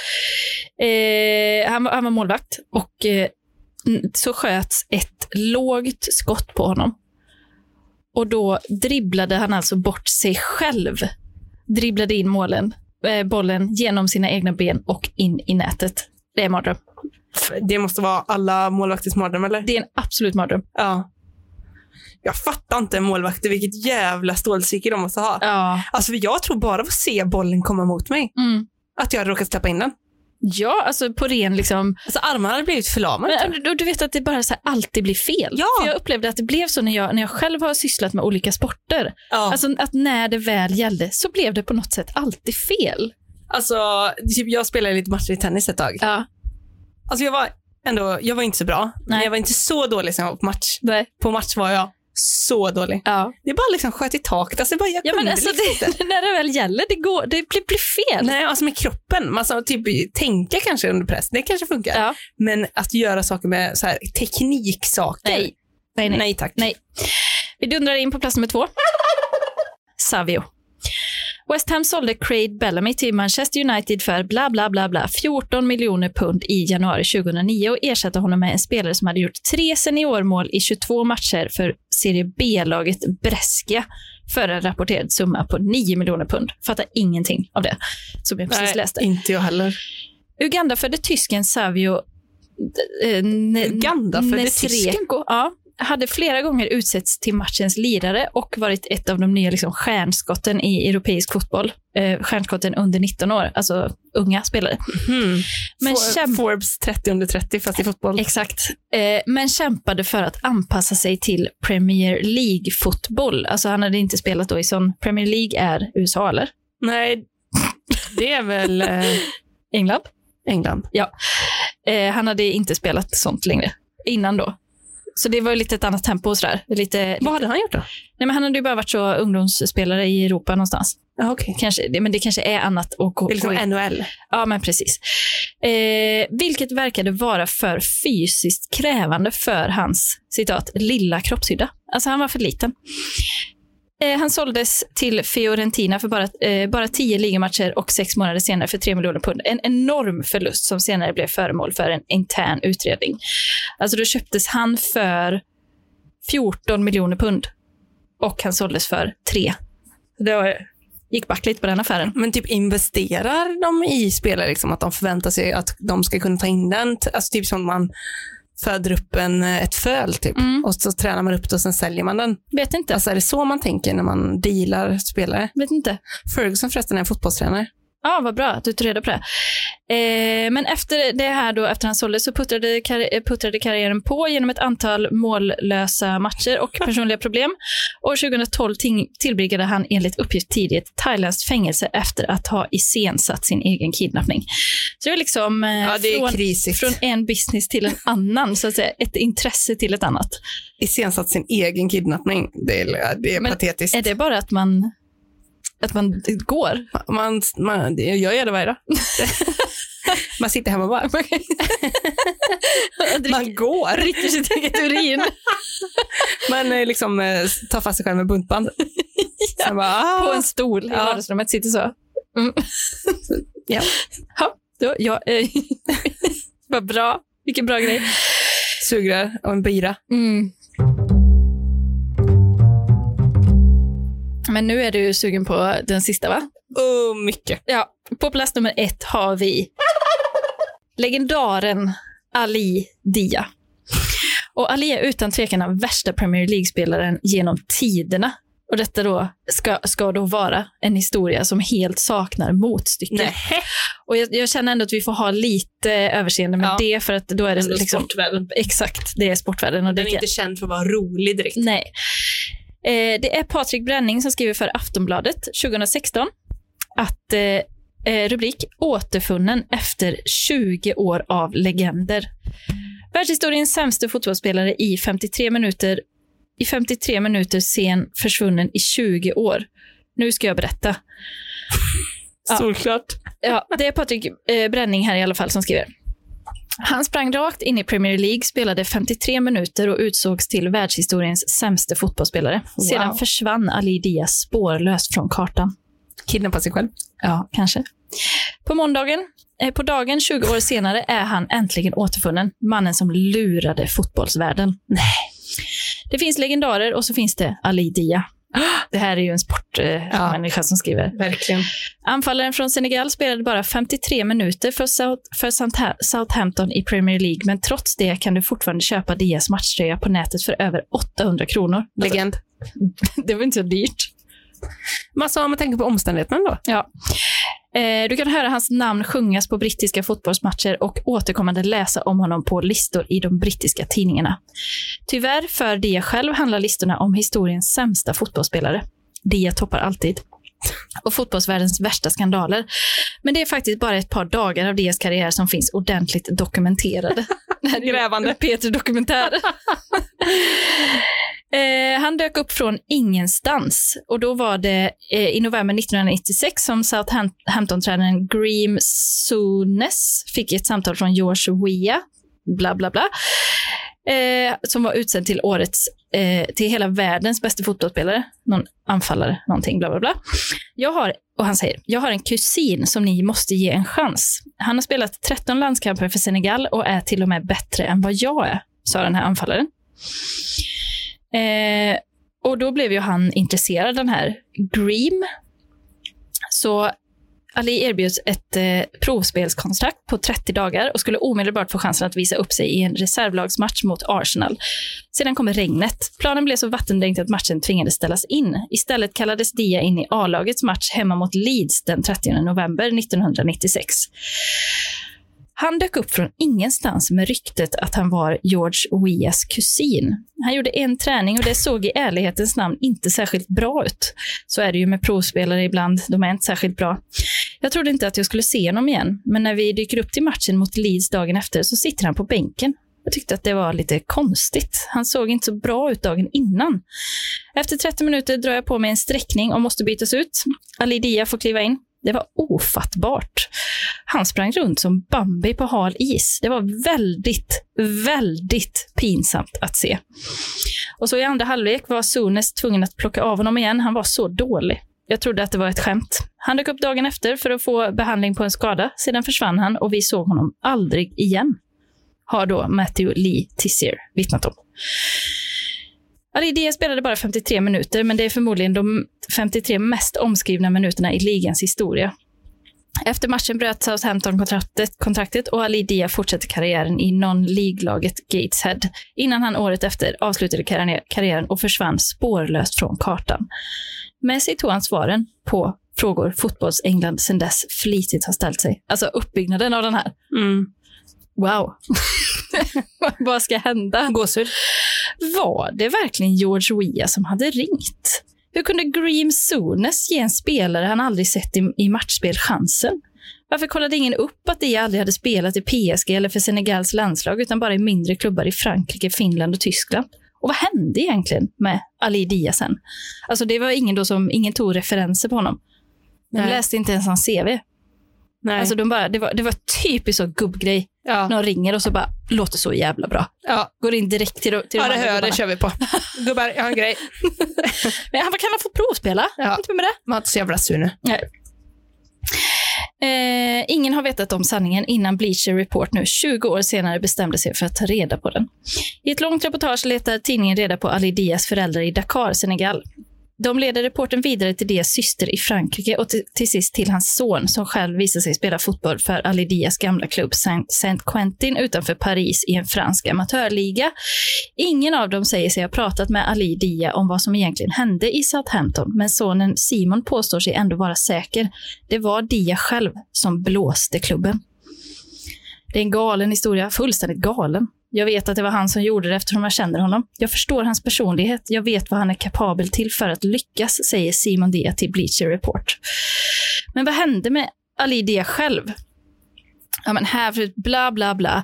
han var målvakt och så sköts ett lågt skott på honom. Och då dribblade han alltså bort sig själv. Dribblade in bollen genom sina egna ben och in i nätet. Det är mardröm. Det måste vara alla målvakters mardröm, eller? Det är en absolut mardröm. Ja. Jag fattar inte målvakter, vilket jävla stålpsyke de måste ha. Ja. Alltså jag tror bara att se bollen komma mot mig. Att jag råkat släppa in den. Ja, alltså på ren liksom... Alltså armarna hade blivit förlamade. Men du vet att det bara så här alltid blir fel. Ja. För jag upplevde att det blev så när jag själv har sysslat med olika sporter. Ja. Alltså att när det väl gällde så blev det på något sätt alltid fel. Alltså, typ jag spelade lite matcher i tennis ett tag. Ja. Alltså jag var inte så bra. Nej. Men jag var inte så dålig som jag var på match. Nej. På match var jag så dålig. Ja. Det är bara liksom sköt i taket. Alltså jag kunde alltså när det väl gäller, det blir fel. Nej, alltså med kroppen. Man ska typ tänka kanske under press. Det kanske funkar. Ja. Men att göra saker med så här tekniksaker. Nej tack. Nej. Vi dundrar in på plats nummer 2. Savio. West Ham sålde Craig Bellamy till Manchester United för bla bla bla bla 14 miljoner pund i januari 2009 och ersatte honom med en spelare som hade gjort 3 seniormål i 22 matcher för Serie B-laget Brescia för en rapporterad summa på 9 miljoner pund. Fattar ingenting av det som jag precis läste. Inte jag heller. Uganda födde tysken Savio tysken? Ja. Hade flera gånger utsetts till matchens lirare och varit ett av de nya liksom, stjärnskotten i europeisk fotboll. Stjärnskotten under 19 år, alltså unga spelare. Men Forbes 30 under 30 fast i fotboll. Exakt. Men kämpade för att anpassa sig till Premier League-fotboll. Alltså han hade inte spelat då i sån. Premier League är USA, eller? Nej, det är väl England. Ja. Han hade inte spelat sånt längre innan då. Så det var lite ett annat tempo och sådär. Vad hade han gjort då? Nej, men han hade ju bara varit så ungdomsspelare i Europa någonstans. Okay. Men det kanske är annat. Det är liksom NHL. Ja, men precis. Vilket verkade vara för fysiskt krävande för hans, citat, lilla kroppshydda. Alltså han var för liten. Han såldes till Fiorentina för bara 10 ligamatcher och 6 månader senare för 3 miljoner pund. En enorm förlust som senare blev föremål för en intern utredning. Alltså då köptes han för 14 miljoner pund och han såldes för 3. Det gick backligt på den affären. Men typ investerar de i spelare liksom, att de förväntar sig att de ska kunna ta in den? Alltså typ som man föder upp ett föl typ. Och så tränar man upp det och sen säljer man den. Vet inte. Alltså är det så man tänker när man dealar spelare? Vet inte. Ferguson förresten är en fotbollstränare. Ja, vad bra att du tog reda på det. Men efter det här då, efter han sålde så puttrade karriären på genom ett antal mållösa matcher och personliga problem. År 2012 tillbringade han enligt uppgift tid i ett thailändskt fängelse efter att ha iscensatt sin egen kidnappning. Så det är liksom det är från en business till en annan, så att säga, ett intresse till ett annat. Iscensatt sin egen kidnappning, det är patetiskt. Är det bara att man går? Jag gör det varje dag. Man sitter hemma bara. Man går. Dricker sitt eget urin. Man liksom tar fast sig själv med buntband. Ja, bara, på en stol i vardagsrummet sitter så. Ja. Vad bra. Vilken bra grej. Sugrör och en bira. Men nu är du sugen på den sista, va? Mycket. Ja, på plats nummer 1 har vi legendaren Ali Dia. Och Ali är utan tvekan den värsta Premier League-spelaren genom tiderna. Och detta då ska då vara en historia som helt saknar motstycke. Nej. Och jag känner ändå att vi får ha lite överseende med det, för att då är det liksom sportvärlden. Exakt, det är sportvärlden. Och den är inte känd för att vara rolig direkt. Nej. Det är Patrik Bränning som skriver för Aftonbladet 2016 att rubrik återfunnen efter 20 år av legender. Världshistoriens sämsta fotbollsspelare i 53 minuter sen försvunnen i 20 år. Nu ska jag berätta. Solklart. Ja, det är Patrik Bränning här i alla fall som skriver. Han sprang rakt in i Premier League, spelade 53 minuter och utsågs till världshistoriens sämsta fotbollsspelare. Wow. Sedan försvann Ali Dia spårlöst från kartan. Kidnappade sig själv? Ja, kanske. På dagen 20 år senare är han äntligen återfunnen. Mannen som lurade fotbollsvärlden. Nej. Det finns legendarer och så finns det Ali Dia. Det här är ju en sportmänniska som skriver. Verkligen. Anfallaren från Senegal spelade bara 53 minuter för Southampton i Premier League, men trots det kan du fortfarande köpa Dias matchtröja på nätet för över 800 kronor. Legend. Det var inte så dyrt. Massa om man tänker på omständigheterna då. Ja. Du kan höra hans namn sjungas på brittiska fotbollsmatcher och återkommande läsa om honom på listor i de brittiska tidningarna. Tyvärr för Dia själv handlar listorna om historiens sämsta fotbollsspelare. Dia toppar alltid. Och fotbollsvärldens värsta skandaler. Men det är faktiskt bara ett par dagar av Dias karriär som finns ordentligt dokumenterade. Grävande. Peter-dokumentär. Han dök upp från ingenstans och då var det i november 1996 som Southampton-tränaren Graeme Souness fick ett samtal från George Weah, bla bla bla, som var utsänd till till hela världens bästa fotbollsspelare, någon anfallare, någonting, bla bla bla. Han säger, jag har en kusin som ni måste ge en chans. Han har spelat 13 landskamper för Senegal och är till och med bättre än vad jag är, sa den här anfallaren. Och då blev ju han intresserad, den här Graeme. Så Ali erbjöds ett provspelskontrakt på 30 dagar och skulle omedelbart få chansen att visa upp sig i en reservlagsmatch mot Arsenal. Sedan kommer regnet. Planen blev så vattendränkt att matchen tvingades ställas in. Istället kallades Dia in i A-lagets match hemma mot Leeds den 30 november 1996. Han dök upp från ingenstans med ryktet att han var George Weahs kusin. Han gjorde en träning och det såg i ärlighetens namn inte särskilt bra ut. Så är det ju med provspelare ibland, de är inte särskilt bra. Jag trodde inte att jag skulle se honom igen, men när vi dyker upp till matchen mot Leeds dagen efter så sitter han på bänken. Jag tyckte att det var lite konstigt. Han såg inte så bra ut dagen innan. Efter 30 minuter drar jag på mig en sträckning och måste bytas ut. Ali Dia får kliva in. Det var ofattbart. Han sprang runt som Bambi på hal is. Det var väldigt, väldigt pinsamt att se. Och så i andra halvlek var Souness tvungen att plocka av honom igen. Han var så dålig. Jag trodde att det var ett skämt. Han dök upp dagen efter för att få behandling på en skada. Sedan försvann han och vi såg honom aldrig igen. Har då Matthew Lee Tissier vittnat om. Ali Dia spelade bara 53 minuter, men det är förmodligen de 53 mest omskrivna minuterna i ligans historia. Efter matchen bröt Southampton kontraktet och Ali Dia fortsatte karriären i non-league-laget Gateshead innan han året efter avslutade karriären och försvann spårlöst från kartan. Med sig tog han svaren på frågor fotbolls-England sedan dess flitigt har ställt sig. Alltså uppbyggnaden av den här. Wow. Vad ska hända? Gåshud. Var det verkligen George Weah som hade ringt? Hur kunde Graeme Souness ge en spelare han aldrig sett i matchspel chansen? Varför kollade ingen upp att de aldrig hade spelat i PSG eller för Senegals landslag utan bara i mindre klubbar i Frankrike, Finland och Tyskland? Och vad hände egentligen med Ali Dia sen? Alltså det var ingen tog referenser på honom. De läste inte ens hans CV. Nej. Alltså det var typiskt så gubbgrej. Ja. Någon ringer och så bara låter så jävla bra. Ja. Går in direkt till ja, det hör, det kör vi på. Gubbar, jag har en grej. Men han kan få provspela. Ja. Inte med det. Man har inte så jävla sur nu. Nej. Ingen har vetat om sanningen innan Bleacher Report nu 20 år senare bestämde sig för att ta reda på den. I ett långt reportage letar tidningen reda på Ali Dias föräldrar i Dakar, Senegal. De leder reporten vidare till Dias syster i Frankrike och till sist till hans son som själv visar sig spela fotboll för Ali Dias gamla klubb Saint-Quentin utanför Paris i en fransk amatörliga. Ingen av dem säger sig ha pratat med Ali Dia om vad som egentligen hände i Southampton, men sonen Simon påstår sig ändå vara säker. Det var Dia själv som blåste klubben. Det är en galen historia, fullständigt galen. Jag vet att det var han som gjorde det eftersom jag känner honom. Jag förstår hans personlighet. Jag vet vad han är kapabel till för att lyckas, säger Simon Dia till Bleacher Report. Men vad hände med Ali Dia själv? Ja, men här för bla bla bla.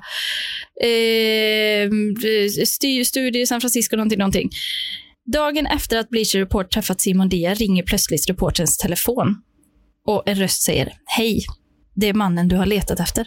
Studie i San Francisco någonting. Dagen efter att Bleacher Report träffat Simon Dia ringer plötsligt reporterns telefon. Och en röst säger: hej, det är mannen du har letat efter.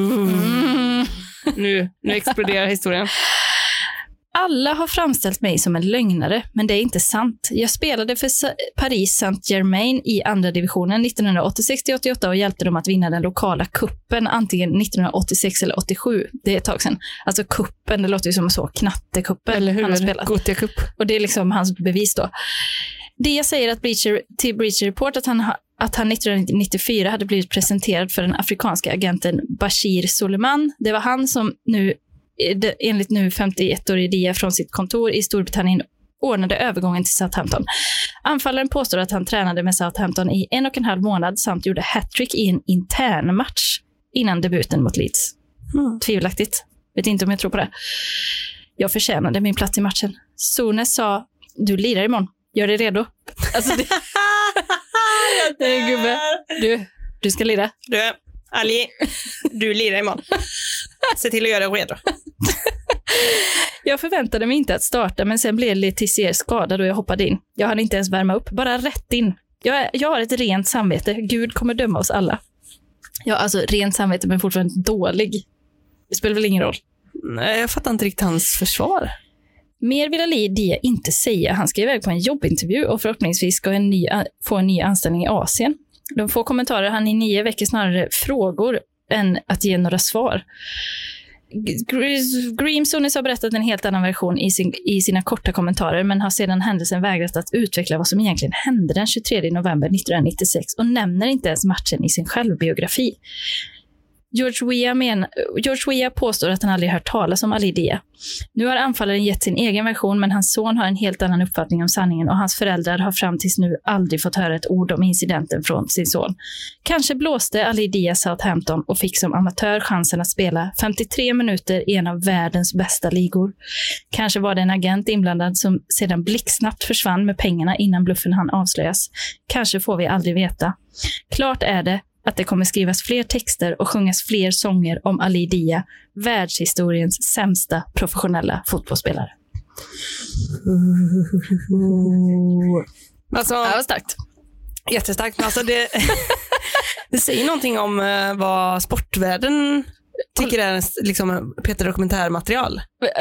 Nu exploderar historien. Alla har framställt mig som en lögnare, men det är inte sant. Jag spelade för Paris Saint-Germain i andra divisionen 1986-88 och hjälpte dem att vinna den lokala kuppen antingen 1986 eller 87. Det är ett tag sedan. Alltså kuppen, det låter ju som så, knattecupen. Eller hur? Han har spelat. Gothia Cup. Och det är liksom hans bevis då. Det jag säger att till Bleacher Report att han 1994 hade blivit presenterad för den afrikanska agenten Bashir Suleiman. Det var han som nu, enligt nu 51-årig Dia från sitt kontor i Storbritannien, ordnade övergången till Southampton. Anfallaren påstår att han tränade med Southampton i 1,5 månad samt gjorde hattrick i en intern match innan debuten mot Leeds. Tvivelaktigt. Vet inte om jag tror på det. Jag förtjänade min plats i matchen. Sunes sa: du lirar imorgon. Gör dig redo. Alltså det är gubbe. Du ska lira. Du, Ali, du lirar imorgon. Se till att göra dig redo. Jag förväntade mig inte att starta, men sen blev Letizier skadad och jag hoppade in. Jag hade inte ens värma upp, bara rätt in. Jag har ett rent samvete. Gud kommer döma oss alla. Ja, alltså rent samvete men fortfarande dålig. Det spelar väl ingen roll. Nej, jag fattar inte riktigt hans försvar. Mer vill Ali Dia inte säga. Han ska iväg på en jobbintervju och förhoppningsvis ska få en ny anställning i Asien. De få kommentarer han i 9 veckor snarare frågor än att ge några svar. Graham Souness har berättat en helt annan version i sina korta kommentarer, men har sedan händelsen vägrat att utveckla vad som egentligen hände den 23 november 1996 och nämner inte ens matchen i sin självbiografi. George Weah påstår att han aldrig hört talas om Ali Dia. Nu har anfallaren gett sin egen version, men hans son har en helt annan uppfattning om sanningen och hans föräldrar har fram tills nu aldrig fått höra ett ord om incidenten från sin son. Kanske blåste Ali Dia Southampton och fick som amatör chansen att spela 53 minuter i en av världens bästa ligor. Kanske var det en agent inblandad som sedan blixtsnabbt försvann med pengarna innan bluffen hann avslöjas. Kanske får vi aldrig veta. Klart är det att det kommer skrivas fler texter och sjungas fler sånger om Ali Dia, världshistoriens sämsta professionella fotbollsspelare. Alltså, det var starkt. Jättestarkt. Men alltså det säger någonting om vad sportvärlden tycker är liksom Peter dokumentärmaterial.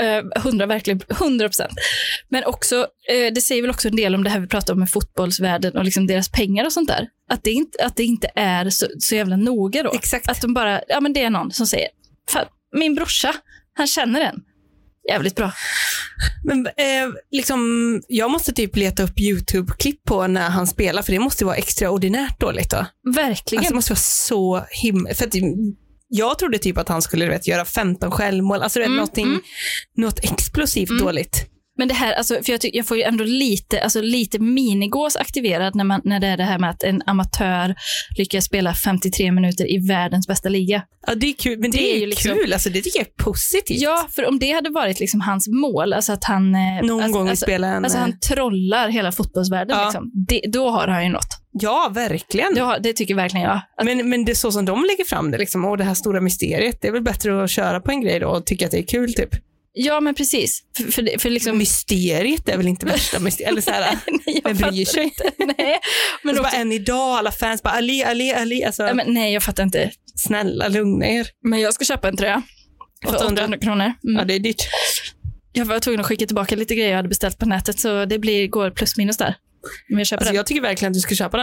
100%. Men också, det säger väl också en del om det här vi pratar om med fotbollsvärlden och liksom deras pengar och sånt där. Att det inte är så jävla noga då. Exakt. Att de bara, ja men det är någon som säger, min brorsa, han känner den. Jävligt bra. Men liksom, jag måste typ leta upp YouTube-klipp på när han spelar, för det måste vara extraordinärt dåligt då. Verkligen. Alltså det måste vara så för att jag trodde typ att han skulle göra 15 självmål. Alltså något explosivt dåligt. Men det här, alltså, för jag får ju ändå lite minigås aktiverad när det är det här med att en amatör lyckas spela 53 minuter i världens bästa liga. Ja, det är kul, men det är ju liksom kul. Alltså, det tycker jag är positivt. Ja, för om det hade varit liksom hans mål, alltså att han gång spela alltså han trollar hela fotbollsvärlden liksom. Då har han ju något. Ja, verkligen. Det tycker verkligen jag. Men det är så som de lägger fram det liksom, och det här stora mysteriet, det är väl bättre att köra på en grej då och tycka att det är kul typ. Ja, men precis. För liksom mysteriet är väl inte värsta mysteriet eller så här. Men bryr sig inte. Nej, men också bara än idag alla fans bara Ali alltså. Ja, men nej, jag fattar inte. Snälla, lugna er. Men jag ska köpa en tröja för 800 kronor. Ja, det är dyrt. Jag var tvungen att skicka tillbaka lite grejer jag hade beställt på nätet, så det går plus minus där. Men jag köper den. Jag tycker verkligen att du ska köpa den.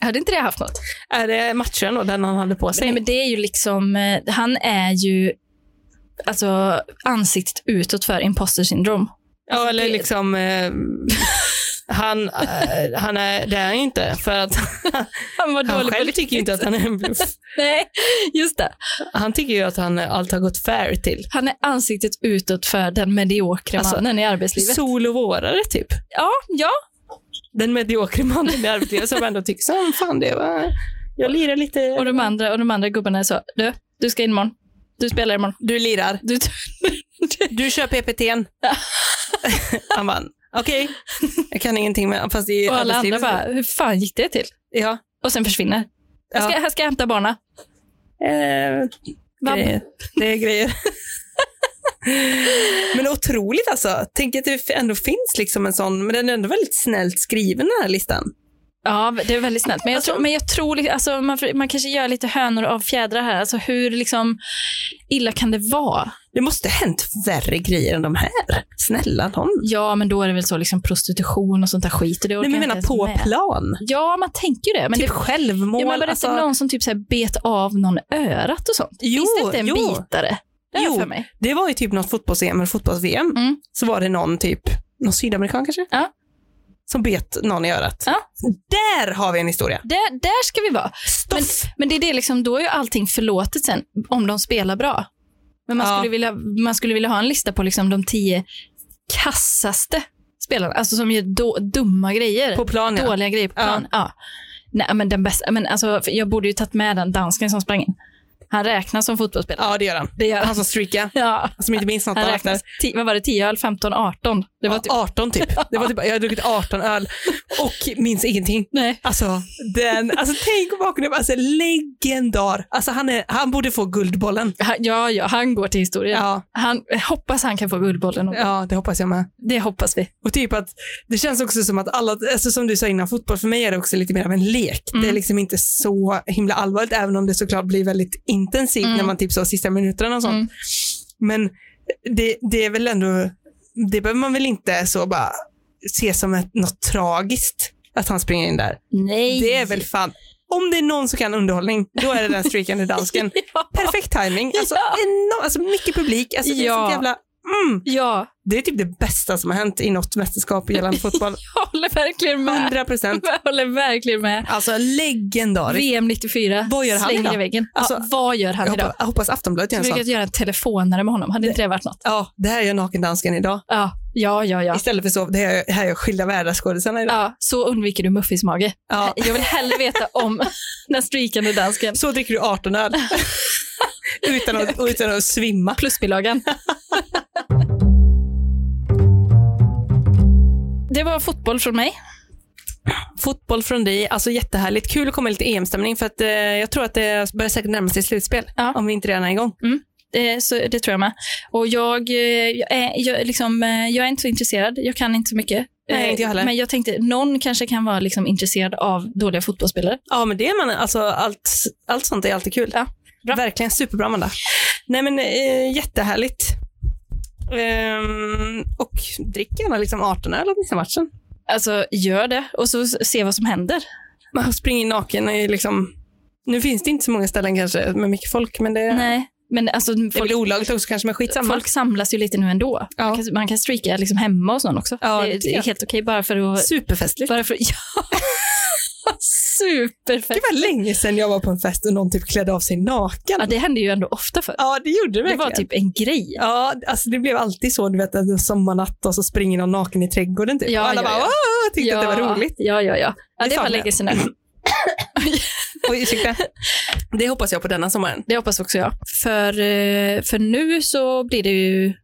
Hade inte det haft något? Är det matchen och den han hade på sig? Nej, men det är ju liksom, han är ju alltså ansiktet utåt för imposter syndrome. Ja, eller liksom han är det är inte för att han själv tycker ju inte att han är en bluff. Nej, just det. Han tycker ju att allt har gått fair till. Han är ansiktet utåt för den mediokra mannen i arbetslivet. Sol och vårare typ. Ja. Den mediokra mannen i arbetslivet som ändå tycker så fan det var jag lirar lite. Och de andra gubbarna är så, du ska in imorgon. Du spelar imorgon. Du lirar. Du kör PPT:n. Han bara, okej. Jag kan ingenting med fast i och alla andra bara, hur fan gick det till? Ja. Och sen försvinner. Jag ska hämta barna. Det är grejer. Men otroligt alltså. Tänk att det ändå finns liksom en sån, men den är ändå väldigt snällt skriven den här listan. Ja, det är väldigt snällt. Men jag tror alltså, man kanske gör lite hönor av fjädrar här. Alltså hur liksom illa kan det vara? Det måste ha hänt värre grejer än de här. Snälla någon. Ja, men då är det väl så liksom prostitution och sånt där skit. Och det nej, men menar på plan. Ja, man tänker ju det. Men typ det självmål. Ja, men var det inte någon som typ så här bet av någon örat och sånt? Finns det inte en bitare? För mig. Det var ju typ något fotbolls-EM eller fotbolls-VM. Så var det någon sydamerikan kanske? Ja. Som bet någon i örat. Ja. Där har vi en historia. Där ska vi vara. Men det är det liksom, då är ju allting förlåtet sen om de spelar bra. Men man skulle vilja ha en lista på liksom de 10 kassaste spelarna. Alltså som gör dumma grejer. På plan, dåliga grejer på plan. Ja. Nej, men den bästa. Men alltså, jag borde ju tagit med den dansken som sprang in. Han räknas som fotbollsspelare. Ja, det gör han. Han som streakar. Ja. Som inte minns något han räknas. Vad var det? 10 öl, 15, 18? Det var typ 18 typ. Det var typ. Jag har druckit 18 öl och minns ingenting. Nej. Alltså tänk bakom det. Alltså legendar. Alltså han borde få guldbollen. Ja, han går till historien. Ja. Hoppas han kan få guldbollen. Ja, det hoppas jag med. Det hoppas vi. Och typ att det känns också som att alla, alltså som du sa innan, fotboll för mig är det också lite mer av en lek. Det är liksom inte så himla allvarligt, även om det såklart blir väldigt intensivt när man typ så sista minuterna och sånt. Men det är väl ändå, det behöver man väl inte så bara se som något tragiskt att han springer in där. Nej. Det är väl fan, om det är någon som kan underhållning, då är det den streakande dansken. Perfekt timing. Alltså, alltså mycket publik. Alltså, det är så jävla Ja. Det är typ det bästa som har hänt i något mästerskap gällande fotboll. Jag håller verkligen med. 100%. Jag håller verkligen med. Alltså legendariskt. VM 94. Vad gör han idag? I väggen. Alltså, vad gör han idag? Jag hoppas Aftonbladet gör en sån. Jag göra en telefonare med honom. Hade inte det varit något? Ja, det här gör nakendansken idag. Ja. Istället för så, det här gör skilda världarskådisarna idag. Ja, så undviker du muffismage. Ja. Jag vill hellre veta om den streakande dansken. Så dricker du 18 öl. utan att svimma. Plusbilagan. Det var fotboll från mig. Fotboll från dig, alltså jättehärligt. Kul att komma lite EM-stämning för att jag tror att det börjar säkert närma sig slutspel om vi inte redan är igång. Så det tror jag med. Och jag är inte så intresserad. Jag kan inte så mycket. Nej, inte jag heller. Men jag tänkte, någon kanske kan vara liksom intresserad av dåliga fotbollsspelare. Ja, men det är man. Alltså, allt sånt är alltid kul. Ja, bra. Verkligen superbra, Amanda. Nej, men jättehärligt. Och drick gärna liksom 18 öl åt matchen. Alltså, gör det. Och så se vad som händer. Man springer naken är liksom... Nu finns det inte så många ställen kanske med mycket folk, men det... Nej. Men alltså, det är väl olagligt också kanske, men skitsamma. Folk samlas ju lite nu ändå. Ja. Man kan streaka liksom hemma hos någon också. Ja, det är helt okej bara för att... Superfestligt. Superfestligt. Det var länge sedan jag var på en fest och någon typ klädde av sig naken. Ja, det hände ju ändå ofta för. Ja, det gjorde det verkligen. Det var typ en grej. Ja, alltså det blev alltid så, du vet, att sommarnatt och så springer någon naken i trädgården typ. Och alla bara, tyckte att det var roligt. Ja, det var länge sedan. Oj, ursäkta. Det hoppas jag på denna sommaren. Det hoppas också jag. För nu så blir det ju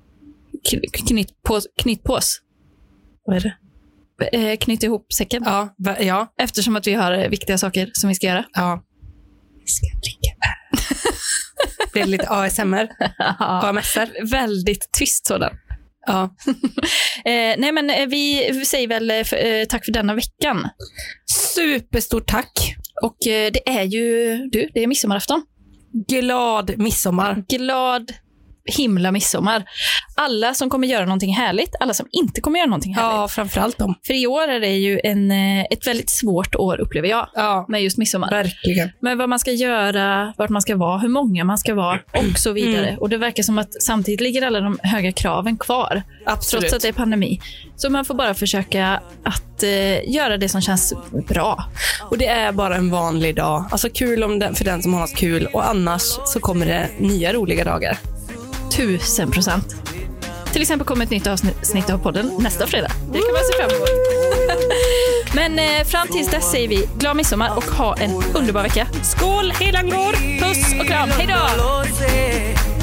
knytpås. Vad är det? Knyta ihop säcken. Ja. Eftersom att vi har viktiga saker som vi ska göra. Ja. Vi ska dricka bär. Det är lite ASMR. AMSR. Väldigt tyst sådan. Ja. Nej, men vi säger väl tack för denna veckan. Superstort tack. Och det är ju det är midsommarafton. Glad midsommar. Glad himla midsommar. Alla som kommer göra någonting härligt, alla som inte kommer göra någonting härligt. Ja, framförallt dem. För i år är det ju ett väldigt svårt år, upplever jag, med just midsommar. Verkligen. Men vad man ska göra, vart man ska vara, hur många man ska vara och så vidare. Och det verkar som att samtidigt ligger alla de höga kraven kvar. Absolut. Trots att det är pandemi. Så man får bara försöka att göra det som känns bra. Och det är bara en vanlig dag. Alltså kul för den som har något kul. Och annars så kommer det nya roliga dagar. 1000%. Till exempel kommer ett nytt avsnitt av podden nästa fredag. Det kan man se fram emot. Men fram tills dess säger vi glad midsommar och ha en underbar vecka. Skål, hej Langård! Puss och kram, hej då!